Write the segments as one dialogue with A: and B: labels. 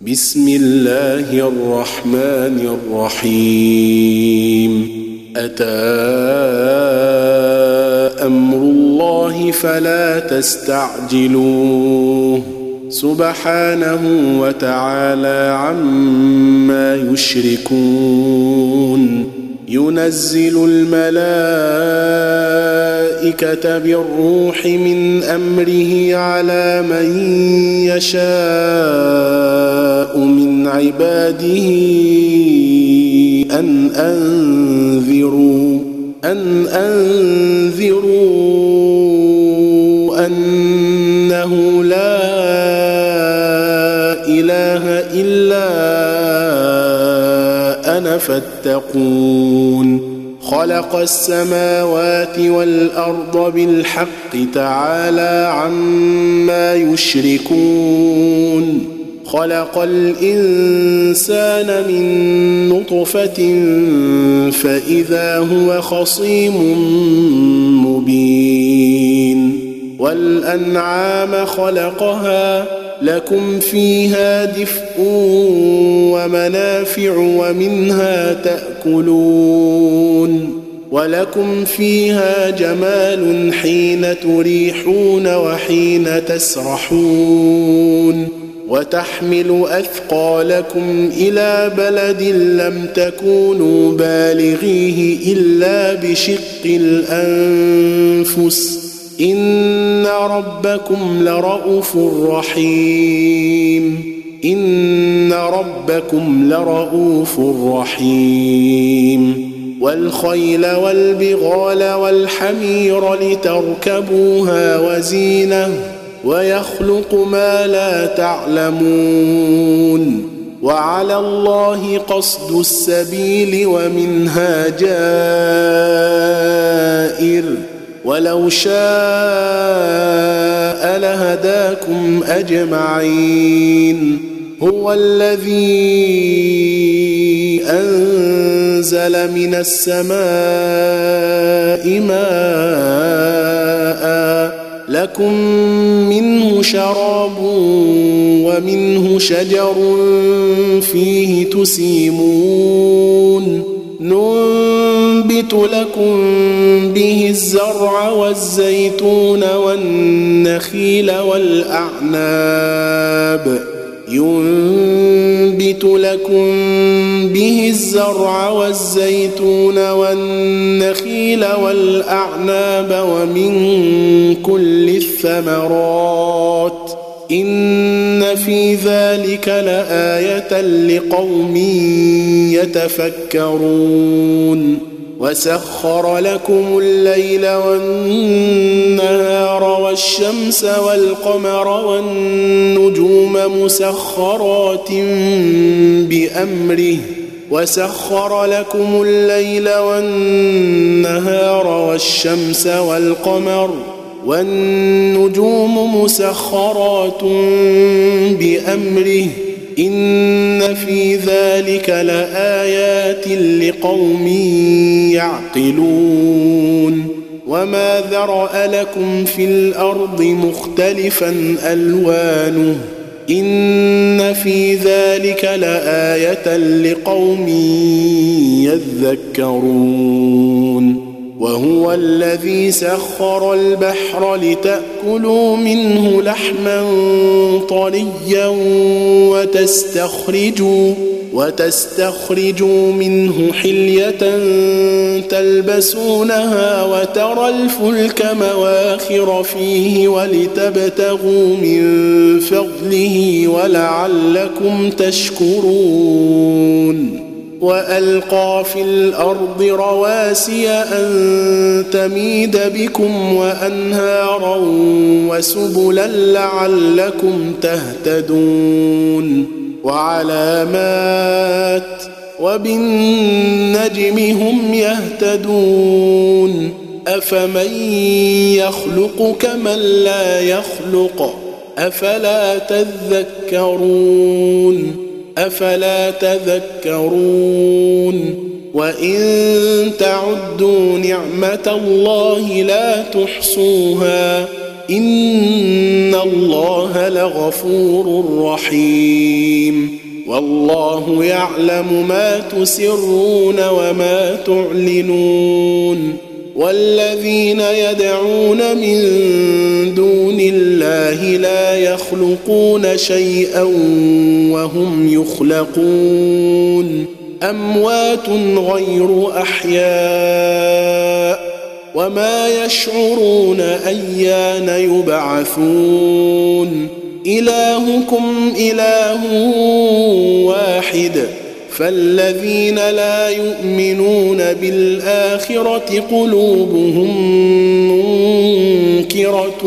A: بسم الله الرحمن الرحيم أتى أمر الله فلا تستعجلوه سبحانه وتعالى عما يشركون ينزل الملائكة بالروح من أمره على من يشاء من عباده أن أنذروا أنه لا إله إلا أنا فاتقون خلق السماوات والأرض بالحق تعالى عما يشركون خلق الإنسان من نطفة فإذا هو خصيم مبين والأنعام خلقها لكم فيها دفء ومنافع ومنها تأكلون ولكم فيها جمال حين تريحون وحين تسرحون وتحمل أثقالكم إلى بلد لم تكونوا بالغيه إلا بشق الأنفس إن ربكم لرؤوف رحيم والخيل والبغال والحمير لتركبوها وزينة ويخلق ما لا تعلمون وعلى الله قصد السبيل ومنها جائر ولو شاء لهداكم أجمعين هو الذي أنزل من السماء ماء لكم منه شراب ومنه شجر فيه تسيمون ننبت لكم به الزرع والزيتون والنخيل والأعناب ومن كل الثمرات إن في ذلك لآية لقوم يتفكرون وسخر لكم الليل والنهار والشمس والقمر والنجوم مسخرات بأمره وسخر لكم الليل والنهار والشمس والقمر والنجوم مسخرات بأمره إن في ذلك لآيات لقوم يعقلون وما ذرأ لكم في الأرض مختلفا ألوانه إن في ذلك لآية لقوم يذكرون وهو الذي سخر البحر لتأكلوا منه لحما طريا وتستخرجوا منه حلية تلبسونها وترى الفلك مواخر فيه ولتبتغوا من فضله ولعلكم تشكرون وألقى في الأرض رواسي أن تميد بكم وأنهارا وسبلا لعلكم تهتدون وعلامات وبالنجم هم يهتدون أفمن يخلق كمن لا يخلق أفلا تذكرون وإن تعدوا نعمة الله لا تحصوها إن الله لغفور رحيم والله يعلم ما تسرون وما تعلنون والذين يدعون من دون الله لا يخلقون شيئا وهم يخلقون أموات غير أحياء وما يشعرون أيان يبعثون إلهكم إله واحد فالذين لا يؤمنون بالآخرة قلوبهم منكرة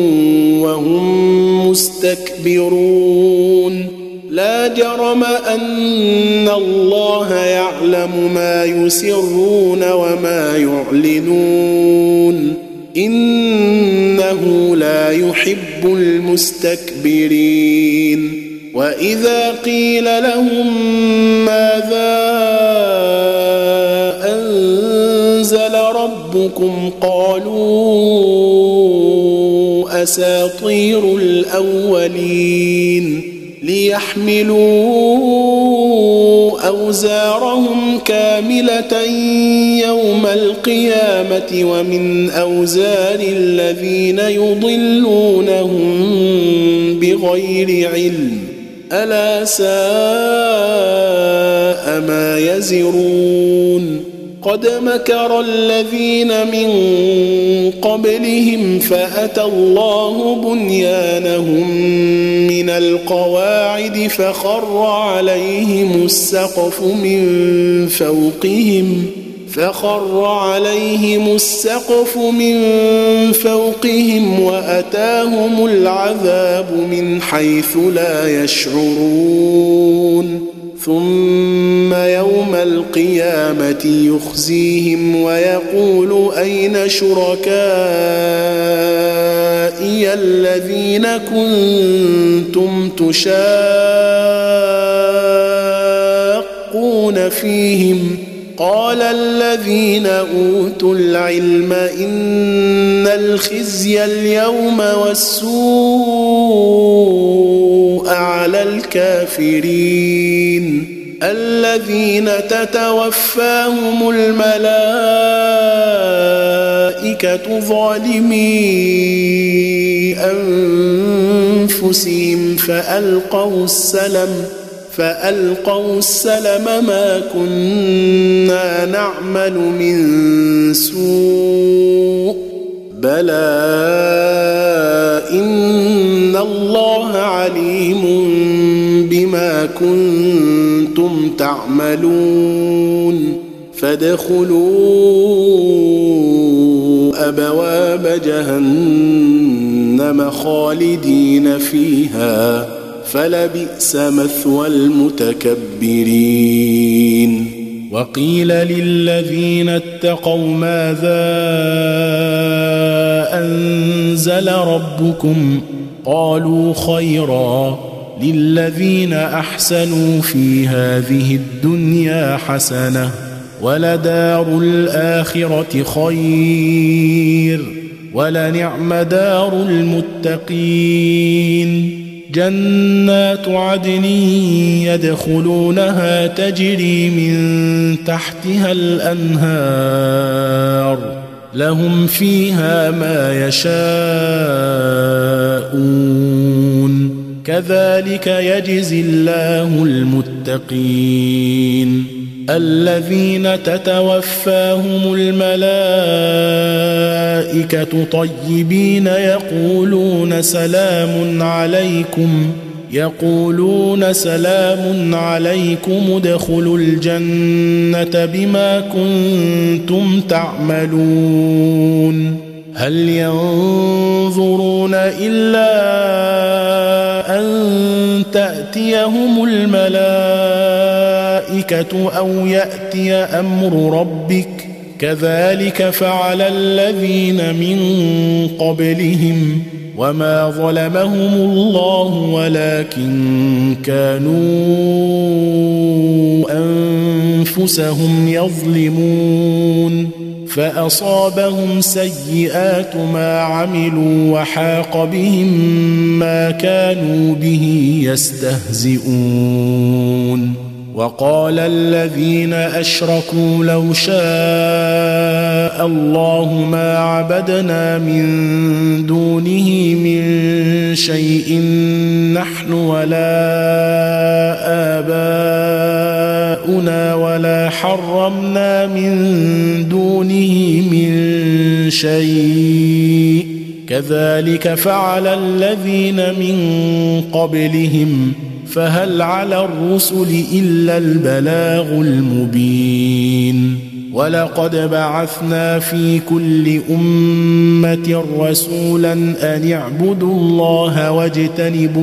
A: وهم مستكبرون لا جرم أن الله يعلم ما يسرون وما يعلنون إنه لا يحب المستكبرين وإذا قيل لهم ماذا أنزل ربكم قالوا أساطير الأولين ليحملوا أوزارهم كاملة يوم القيامة ومن أوزار الذين يضلونهم بغير علم ألا ساء ما يزرون قد مكر الذين من قبلهم فأتى الله بنيانهم من القواعد فخر عليهم السقف من فوقهم وأتاهم العذاب من حيث لا يشعرون ثم يوم القيامة يخزيهم ويقول أين شركائي الذين كنتم تشاقون فيهم قال الذين أوتوا العلم إن الخزي اليوم والسوء على الكافرين الذين تتوفاهم الملائكة ظالمي أنفسهم فألقوا السلم ما كنا نعمل من سوء بلى إن الله عليم بما كنتم تعملون فادخلوا أبواب جهنم خالدين فيها فلبئس مثوى المتكبرين وقيل للذين اتقوا ماذا أنزل ربكم قالوا خيرا للذين أحسنوا في هذه الدنيا حسنة ولدار الآخرة خير ولنعم دار المتقين جنات عدن يدخلونها تجري من تحتها الأنهار لهم فيها ما يشاءون كذلك يجزي الله المتقين الذين تتوفاهم الملائكة طيبين يقولون سلام عليكم ادخلوا الجنة بما كنتم تعملون هل ينظرون إلا أن تأتيهم الملائكة أو يأتي أمر ربك كذلك فعل الذين من قبلهم وما ظلمهم الله ولكن كانوا أنفسهم يظلمون فأصابهم سيئات ما عملوا وحاق بهم ما كانوا به يستهزئون وقال الذين أشركوا لو شاء الله ما عبدنا من دونه من شيء نحن ولا آباؤنا ولا حرمنا من دونه من شيء كذلك فعل الذين من قبلهم فهل على الرسل إلا البلاغ المبين ولقد بعثنا في كل أمة رسولا أن اعبدوا الله واجتنبوا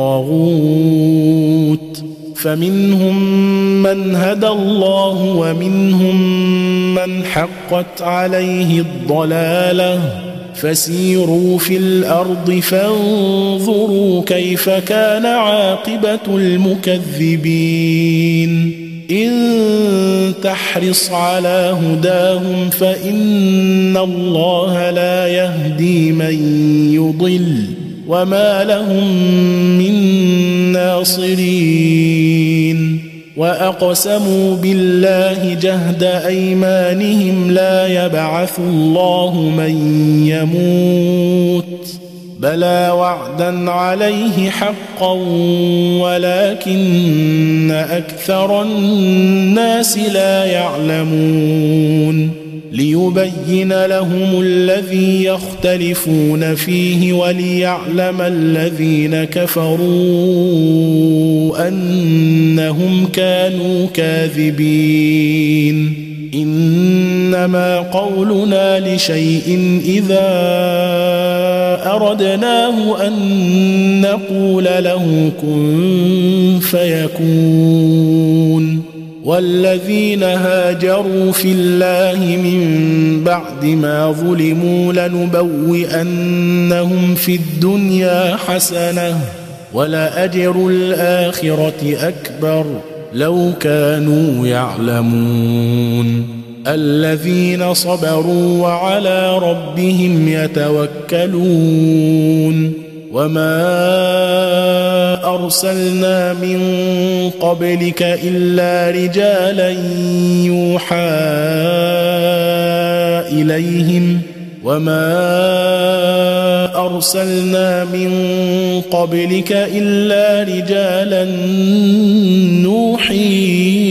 A: الطاغوت فمنهم من هدى الله ومنهم من حقت عليه الضلالة فسيروا في الأرض فانظروا كيف كان عاقبة المكذبين إن تحرص على هداهم فإن الله لا يهدي من يضل وما لهم من ناصرين وأقسموا بالله جهد أيمانهم لا يبعث الله من يموت بلى وعدا عليه حقا ولكن أكثر الناس لا يعلمون ليبين لهم الذي يختلفون فيه وليعلم الذين كفروا أنهم كانوا كاذبين إنما قولنا لشيء إذا أردناه أن نقول له كن فيكون والذين هاجروا في الله من بعد ما ظلموا لنبوئنهم في الدنيا حسنة ولأجر الآخرة أكبر لو كانوا يعلمون الذين صبروا وعلى ربهم يتوكلون وما أرسلنا من قبلك إلا رجالا يوحى إليهم وما أرسلنا من قبلك إلا رجالا نوحي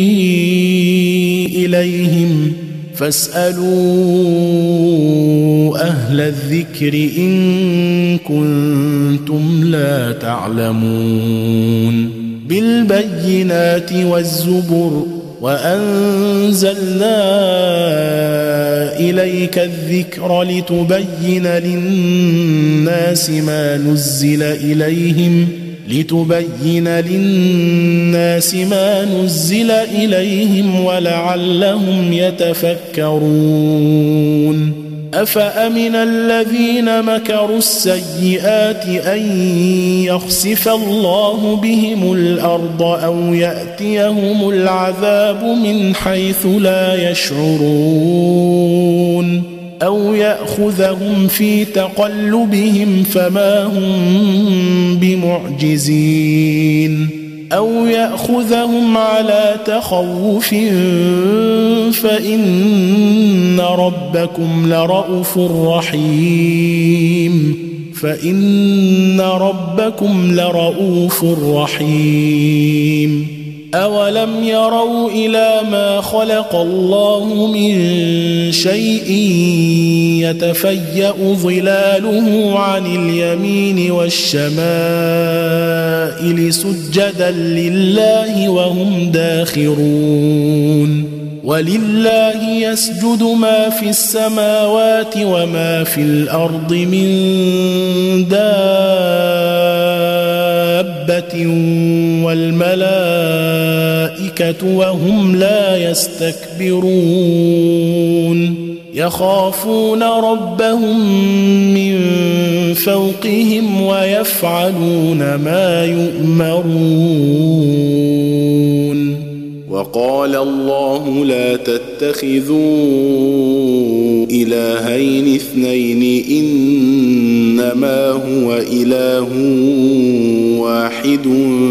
A: إليهم فاسألوا أهل الذكر إن كنتم لا تعلمون بالبينات والزبر وأنزلنا إليك الذكر لتبين للناس ما نزل إليهم ولعلهم يتفكرون أفأمن الذين مكروا السيئات أن يخسف الله بهم الأرض أو يأتيهم العذاب من حيث لا يشعرون أو يأخذهم في تقلبهم فما هم بمعجزين أو يأخذهم على تخوف فإن ربكم لرؤوف رحيم أولم يروا إلى ما خلق الله من شيء يتفيأ ظلاله عن اليمين والشمائل سجدا لله وهم داخرون ولله يسجد ما في السماوات وما في الأرض من دابة والملائكة وهم لا يستكبرون يخافون ربهم من فوقهم ويفعلون ما يؤمرون وقال الله لا تتخذوا إلهين اثنين إنما هو إله واحد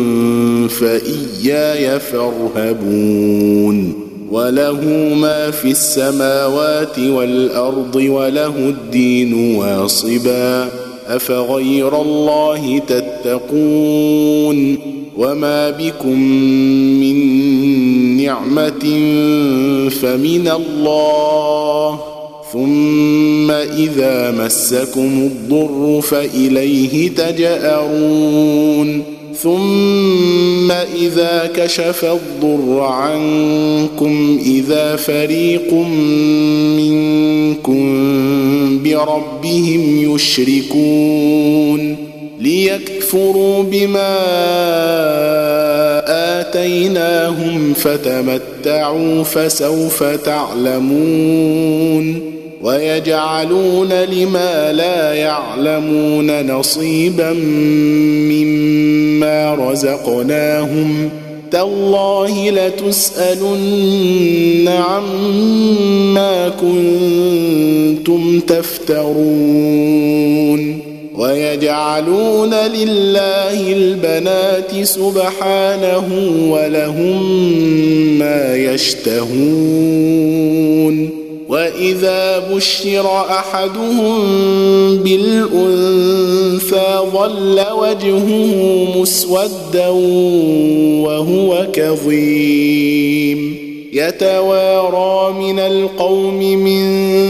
A: فإياي فارهبون وله ما في السماوات والأرض وله الدين واصبا أفغير الله تتقون وما بكم من نعمة فمن الله ثم إذا مسكم الضر فإليه تجأرون ثم إذا كشف الضر عنكم إذا فريق منكم بربهم يشركون ليكفروا بما آتيناهم فتمتعوا فسوف تعلمون ويجعلون لما لا يعلمون نصيبا مما رزقناهم تالله لتسألن عما كنتم تفترون ويجعلون لله البنات سبحانه ولهم ما يشتهون وإذا بشر أحدهم بالأنثى ظل وجهه مسودا وهو كظيم يتوارى من القوم من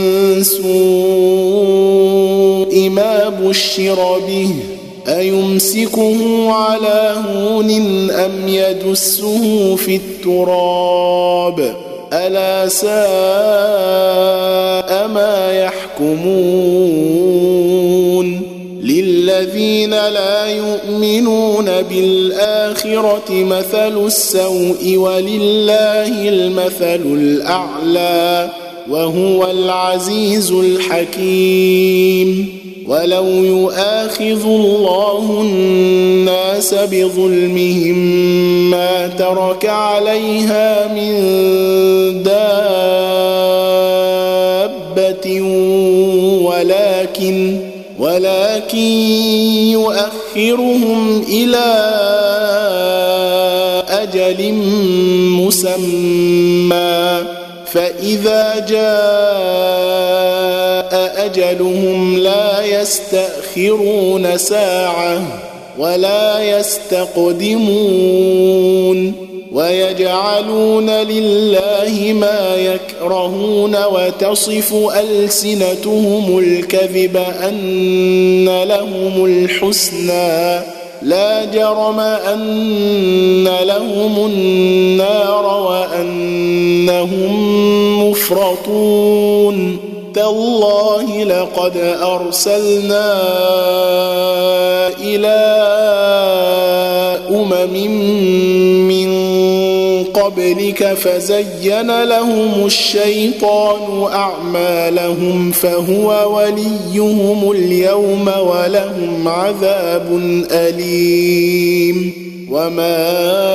A: سوء ما بشر به أيمسكه على هون أم يدسه في التراب ألا ساء ما يحكمون للذين لا يؤمنون بالآخرة مثل السوء ولله المثل الأعلى وهو العزيز الحكيم ولو يؤاخذ الله الناس بظلمهم ما ترك عليها من دابة ولكن يؤخرهم إلى أجل مسمى فإذا جاء أجلهم لا يستأخرون ساعة ولا يستقدمون ويجعلون لله ما يكرهون وتصف ألسنتهم الكذب أن لهم الحسنى لا جرم أن لهم النار وأنهم مفرطون تالله لقد أرسلنا إلى أمم من قبلك فزين لهم الشيطان أعمالهم فهو وليهم اليوم ولهم عذاب أليم وما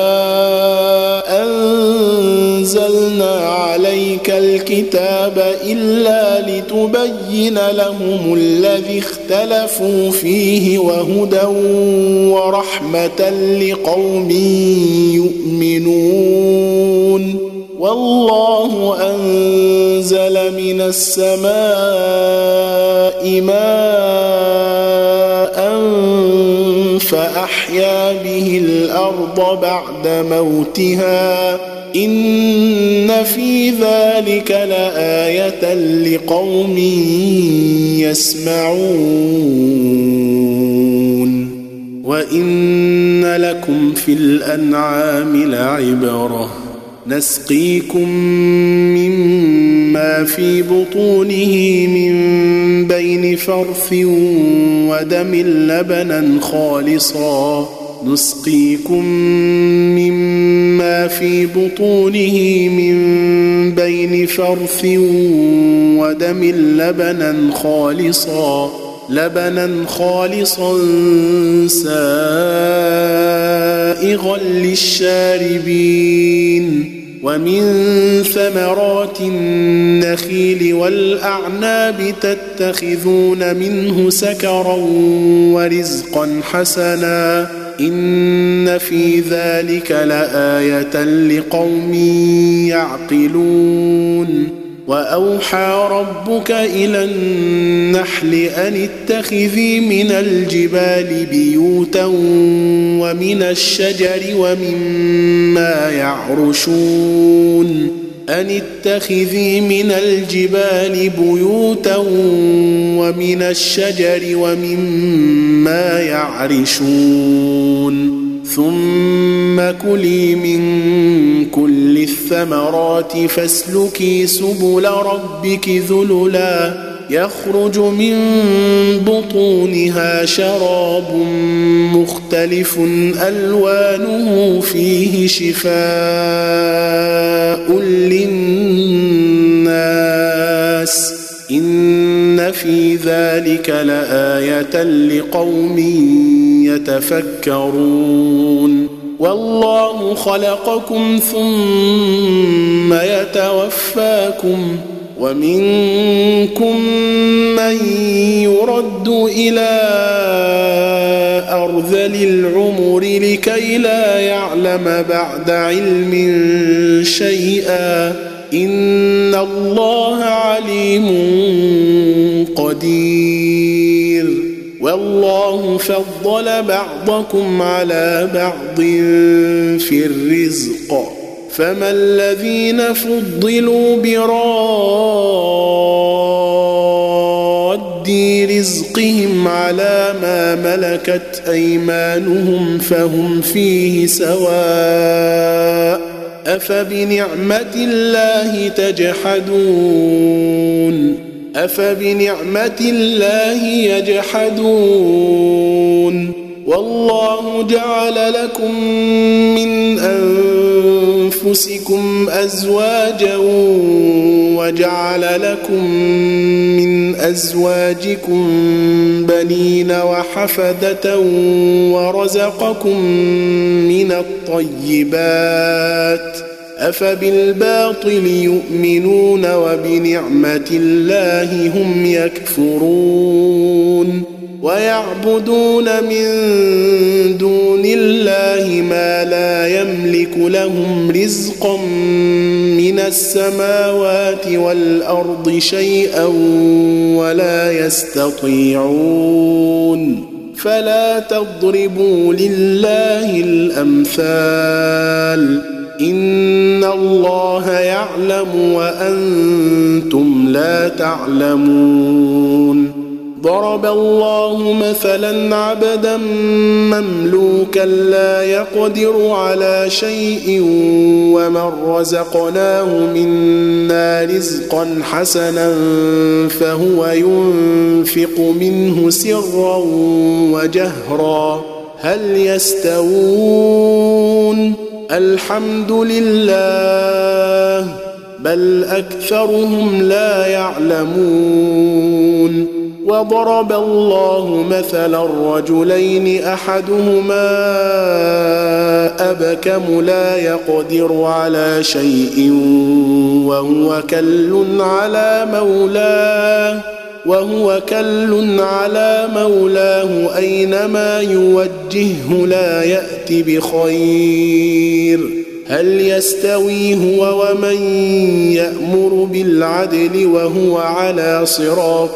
A: أنزلنا عليك الكتاب إلا لتبين لهم الذي اختلفوا فيه وهدى ورحمة لقوم يؤمنون والله أنزل من السماء ماء فأحيا به الأرض بعد موتها إن في ذلك لآية لقوم يسمعون وإن لكم في الأنعام لعبرة نسقيكم مما في بطونه من بين فرث ودم لبنا خالصا نسقيكم مما في بطونه من بين فرث ودم لبنا خالصا سائغا للشاربين ومن ثمرات النخيل والأعناب تتخذون منه سكرا ورزقا حسنا إن في ذلك لآية لقوم يعقلون وأوحى ربك إلى النحل أن اتخذي من الجبال بيوتا ومن الشجر ومما يعرشون أن اتخذي من الجبال بيوتا ومن الشجر ومما يعرشون ثم كلي من كل الثمرات فاسلكي سبل ربك ذللا يخرج من بطونها شراب مختلف ألوانه فيه شفاء للناس إن في ذلك لآية لقوم يتفكرون والله خلقكم ثم يتوفاكم ومنكم من يرد إلى أرذل العمر لكي لا يعلم بعد علم شيئا إن الله عليم قدير والله فضل بعضكم على بعض في الرزق فما الذين فضلوا براد رزقهم على ما ملكت أيمانهم فهم فيه سواء أفبنعمة الله تجحدون أفبنعمة الله يجحدون والله جعل لكم من أنفسكم أزواجا وجعل لكم من أزواجكم بنين وحفدة ورزقكم من الطيبات أفبالباطل يؤمنون وبنعمة الله هم يكفرون ويعبدون من دون الله ما لا يملك لهم رزقا من السماوات والأرض شيئا ولا يستطيعون فلا تضربوا لله الأمثال إن الله يعلم وأنتم لا تعلمون ضرب الله مثلا عبدا مملوكا لا يقدر على شيء ومن رزقناه منا رزقا حسنا فهو ينفق منه سرا وجهرا هل يستوون الحمد لله بل أكثرهم لا يعلمون وضرب الله مثلا رجلين أحدهما أبكم لا يقدر على شيء وهو كل على مولاه أينما يوجهه لا يأتي بخير هل يستوي هو ومن يأمر بالعدل وهو على صراط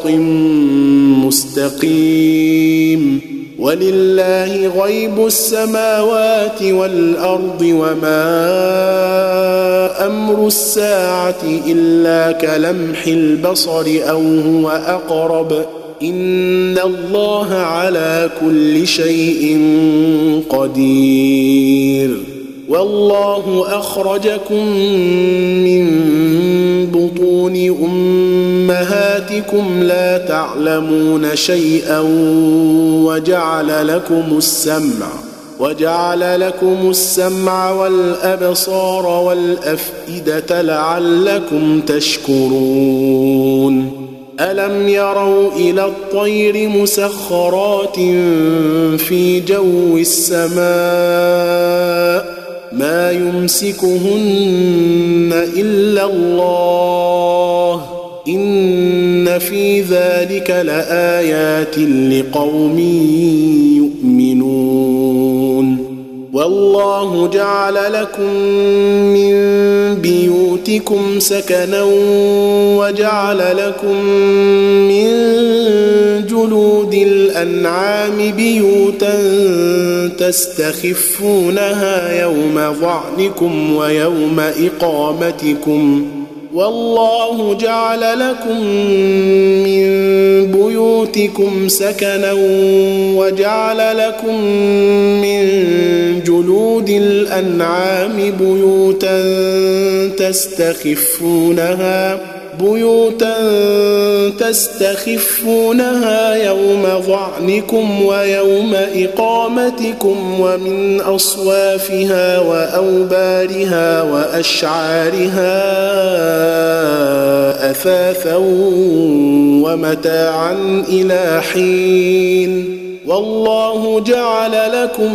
A: مستقيم ولله غيب السماوات والأرض وما أمر الساعة إلا كلمح البصر أو هو أقرب إن الله على كل شيء قدير والله أخرجكم من بطون أمهاتكم لا تعلمون شيئا وجعل لكم السمع والأبصار والأفئدة لعلكم تشكرون ألم يروا إلى الطير مسخرات في جو السماء ما يمسكهن إلا الله إن في ذلك لآيات لقوم يؤمنون والله جعل لكم من بيوتكم سكنا وجعل لكم من جلود الأنعام بيوتا تستخفونها يوم ظعنكم ويوم إقامتكم والله جعل لكم من بيوتكم سكنا وجعل لكم من جلود الأنعام بيوتا تستخفونها يوم ظعنكم ويوم إقامتكم ومن أصوافها وأوبارها وأشعارها أثاثا ومتاعا إلى حين والله جعل لكم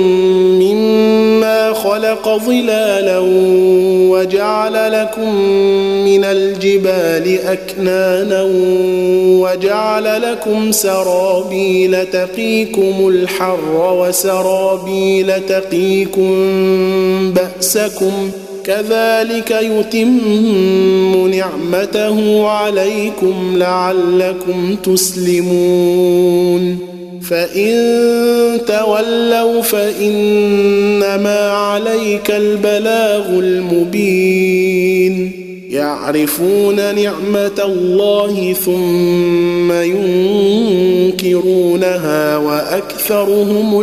A: مما خلق ظلالا وجعل لكم من الجبال أكنانا وجعل لكم سرابيل تقيكم الحر وسرابيل تقيكم بأسكم كذلك يتم نعمته عليكم لعلكم تسلمون فإن تولوا فإنما عليك البلاغ المبين يعرفون نعمة الله ثم ينكرونها وأكثرهم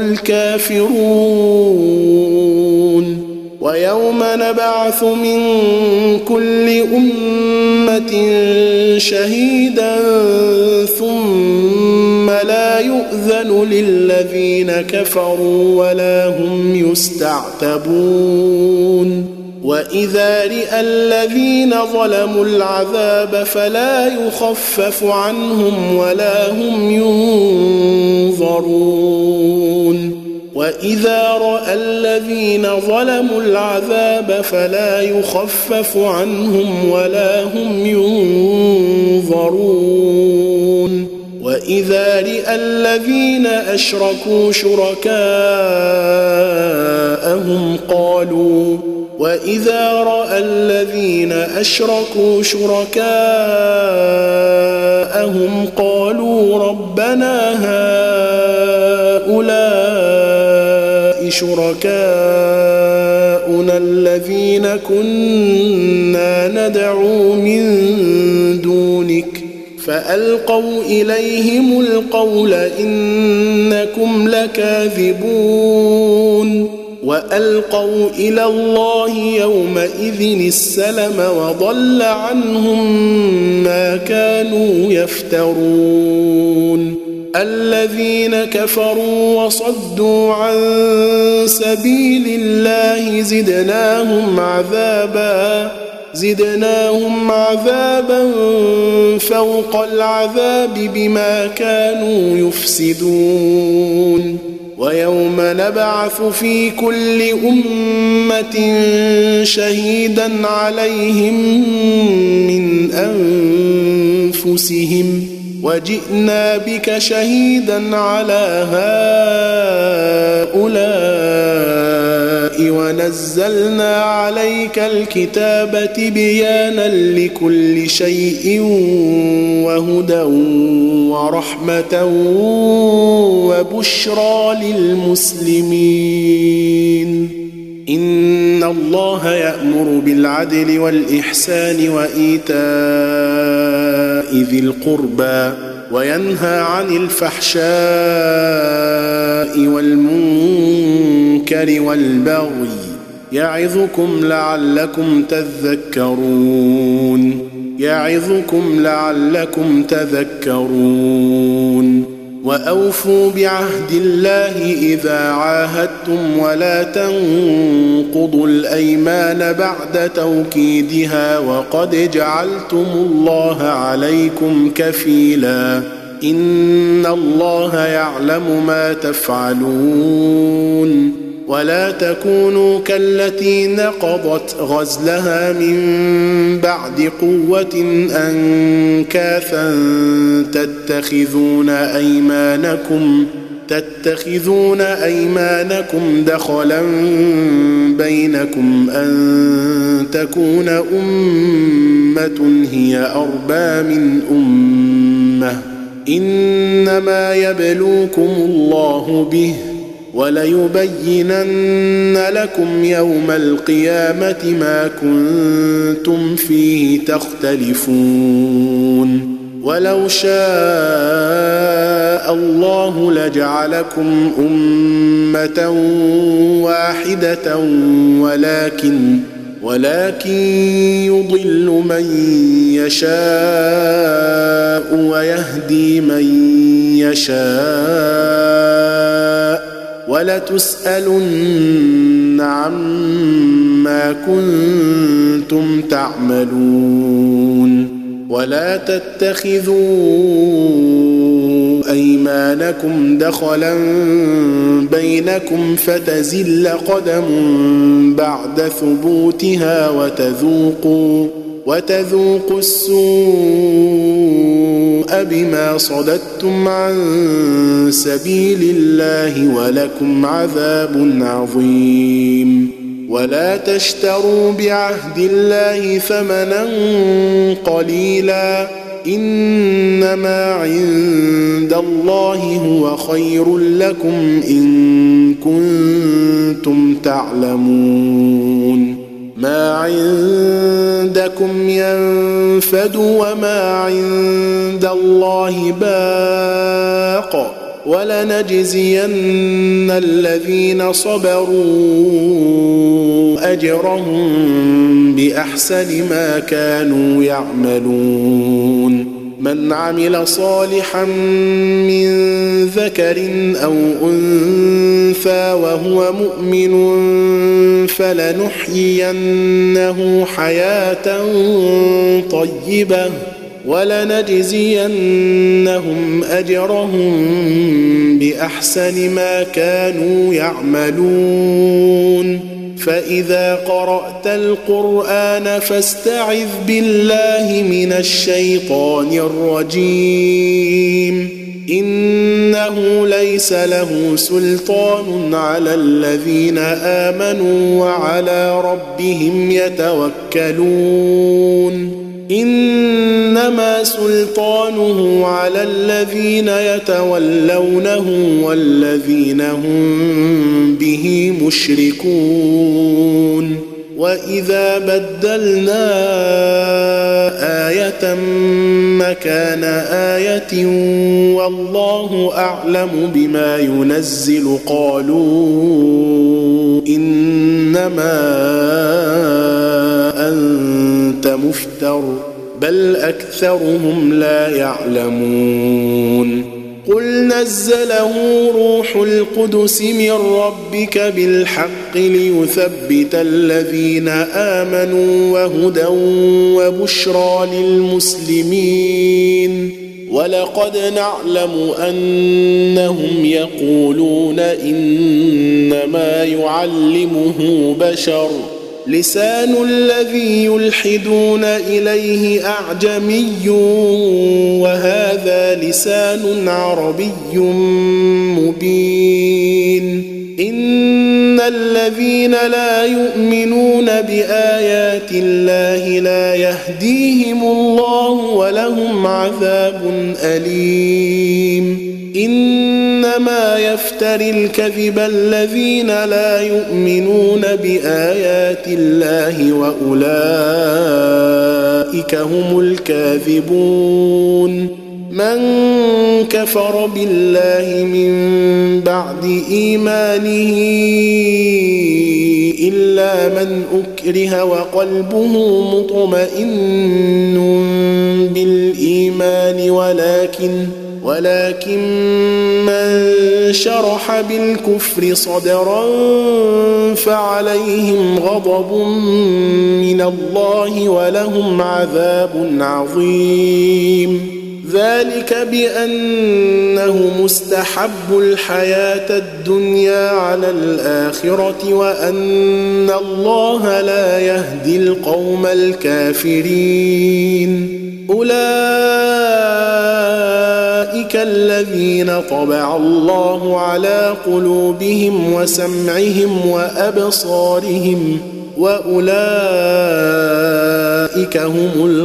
A: الكافرون ويوم نبعث من كل أمة شهيدا ثم لا يؤذن للذين كفروا ولا هم يستعتبون وإذا رئى الذين ظلموا العذاب فلا يخفف عنهم ولا هم ينظرون وإذا رأى الذين ظلموا العذاب فلا يخفف عنهم ولا هم ينظرون وإذا رأى الذين أشركوا شركاءهم قالوا ربنا هؤلاء شركاؤنا الذين كنا ندعو من دونك فألقوا إليهم القول إنكم لكاذبون وألقوا إلى الله يومئذ السلم وضل عنهم ما كانوا يفترون الذين كفروا وصدوا عن سبيل الله زدناهم عذابا فوق العذاب بما كانوا يفسدون ويوم نبعث في كل أمة شهيدا عليهم من أنفسهم وجئنا بك شهيدا على هؤلاء ونزلنا عليك الكتاب تبيانا لكل شيء وهدى ورحمة وبشرى للمسلمين إن الله يأمر بالعدل والإحسان وإيتاء ذي القربى وينهى عن الفحشاء والمنكر والبغي يعظكم لعلكم تذكرون وأوفوا بعهد الله إذا عاهدتم ولا تنقضوا الأيمان بعد توكيدها وقد جعلتم الله عليكم كفيلا إن الله يعلم ما تفعلون ولا تكونوا كالتي نقضت غزلها من بعد قوة أنكاثا تتخذون أيمانكم دخلا بينكم أن تكون أمة هي أربى من أمة إنما يبلوكم الله به وليبينن لكم يوم القيامة ما كنتم فيه تختلفون ولو شاء الله لجعلكم أمة واحدة ولكن يضل من يشاء ويهدي من يشاء ولتسألن عما كنتم تعملون ولا تتخذوا أيمانكم دخلا بينكم فتزل قدم بعد ثبوتها وتذوقوا السوء بما صددتم عن سبيل الله ولكم عذاب عظيم ولا تشتروا بعهد الله ثمنا قليلا إنما عند الله هو خير لكم إن كنتم تعلمون ما عندكم ينفد وما عند الله باق ولنجزين الذين صبروا أجرهم بأحسن ما كانوا يعملون من عمل صالحا من ذكر أو أنثى وهو مؤمن فلنحيينه حياة طيبة ولنجزينهم أجرهم بأحسن ما كانوا يعملون فإذا قرأت القرآن فاستعذ بالله من الشيطان الرجيم إنه ليس له سلطان على الذين آمنوا وعلى ربهم يتوكلون إنما سلطانه على الذين يتولونه والذين هم به مشركون وإذا بدلنا آية مكان آية والله أعلم بما ينزل قالوا إنما أنت مفتر بل أكثرهم لا يعلمون قل نزله روح القدس من ربك بالحق ليثبت الذين آمنوا وهدى وبشرى للمسلمين ولقد نعلم أنهم يقولون إنما يعلمه بشر لسان الذي يلحدون إليه أعجمي وهذا لسان عربي مبين إن الذين لا يؤمنون بآيات الله لا يهديهم الله ولهم عذاب أليم إنما يفتري الكذب الذين لا يؤمنون بآيات الله وأولئك هم الكاذبون من كفر بالله من بعد إيمانه إلا من أكره وقلبه مطمئن بالإيمان ولكن من شرح بالكفر صدرا فعليهم غضب من الله ولهم عذاب عظيم ذلك بأنه مستحب الحياة الدنيا على الآخرة وأن الله لا يهدي القوم الكافرين. أولئك الذين طبع الله على قلوبهم وسمعهم وأبصارهم وأولئك هم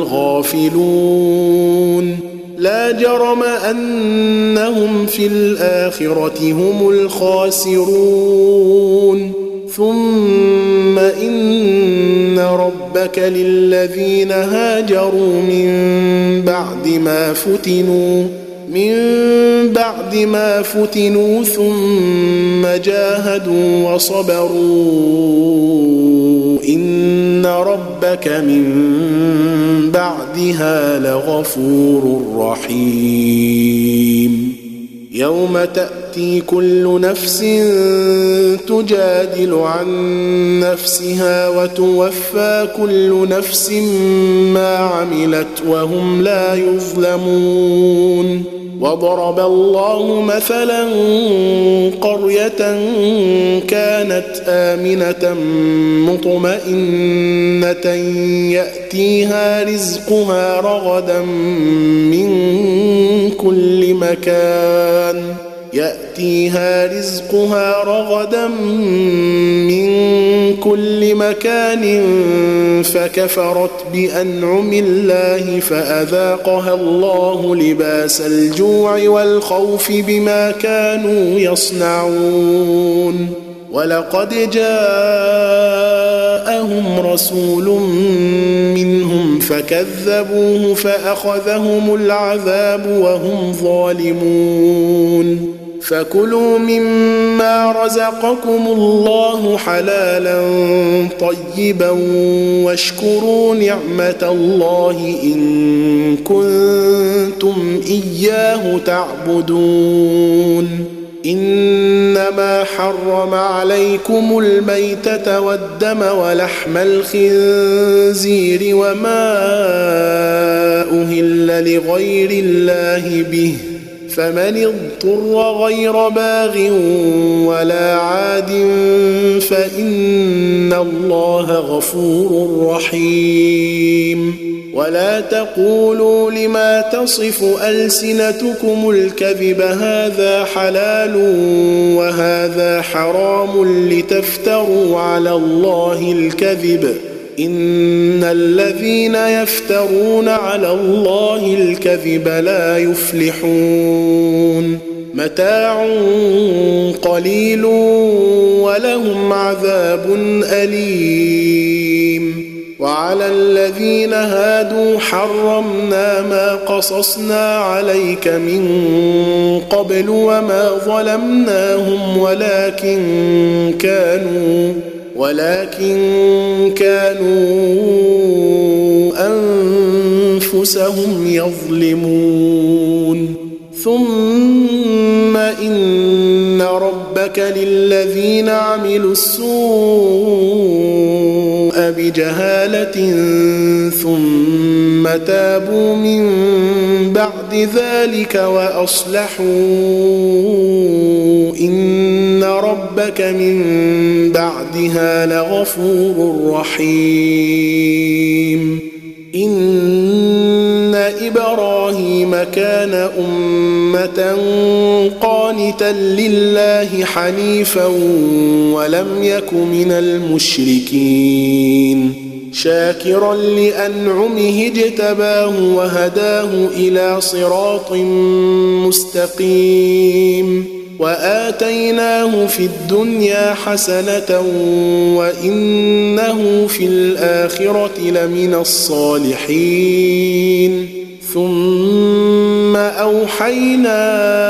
A: الغافلون. لا جرم أنهم في الآخرة هم الخاسرون. ثم إن ربك للذين هاجروا من بعد ما فتنوا ثم جاهدوا وصبروا إن ربك من بعدها لغفور رحيم. يوم تأتي كل نفس تجادل عن نفسها وتوفى كل نفس ما عملت وهم لا يظلمون. وضرب الله مثلا قرية كانت آمنة مطمئنة يأتيها رزقها رغدا من كل مكان فكفرت بأنعم الله فأذاقها الله لباس الجوع والخوف بما كانوا يصنعون. ولقد جاءهم رسول منهم فكذبوه فأخذهم العذاب وهم ظالمون. فكلوا مما رزقكم الله حلالا طيبا واشكروا نعمة الله إن كنتم إياه تعبدون. إنما حرم عليكم الميتة والدم ولحم الخنزير وما أهل لغير الله به فمن اضطر غير باغ ولا عاد فإن الله غفور رحيم. ولا تقولوا لما تصف ألسنتكم الكذب هذا حلال وهذا حرام لتفتروا على الله الكذب إن الذين يفترون على الله الكذب لا يفلحون. متاع قليل ولهم عذاب أليم. وعلى الذين هادوا حرمنا ما قصصنا عليك من قبل وما ظلمناهم ولكن كانوا أنفسهم يظلمون. ثم إن ربك للذين عملوا السوء بجهالة ثم تابوا من بعد ذلك وأصلحوا إن ربك من بعدها لغفور رحيم. إن إبراهيم كان أمة قانتا لله حنيفا ولم يك من المشركين شاكرا لأنعمه اجتباه وهداه إلى صراط مستقيم. وآتيناه في الدنيا حسنة وإنه في الآخرة لمن الصالحين. ثم أوحينا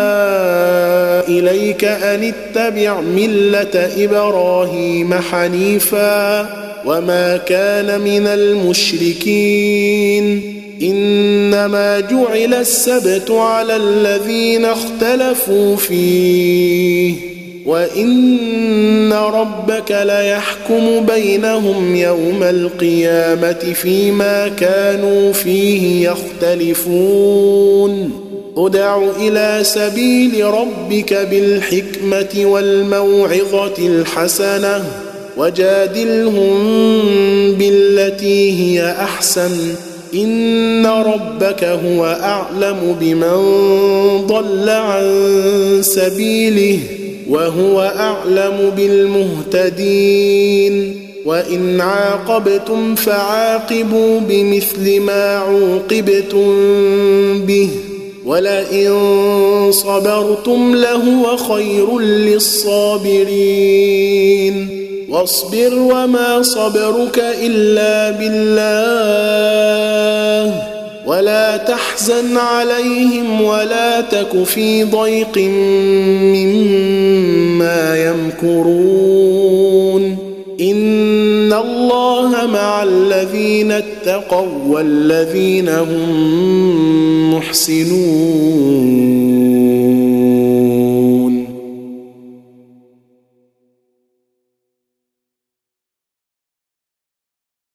A: إليك أن اتبع ملة إبراهيم حنيفا وما كان من المشركين. إنما جعل السبت على الذين اختلفوا فيه وإن ربك ليحكم بينهم يوم القيامة فيما كانوا فيه يختلفون ادع إلى سبيل ربك بالحكمة والموعظة الحسنة وجادلهم بالتي هي أحسن إن ربك هو أعلم بمن ضل عن سبيله وهو أعلم بالمهتدين وإن عاقبتم فعاقبوا بمثل ما عوقبتم به ولئن صبرتم لهو خير للصابرين واصبر وما صبرك إلا بالله ولا تحزن عليهم ولا تك في ضيق مما يمكرون إن الله مع الذين اتقوا والذين هم محسنون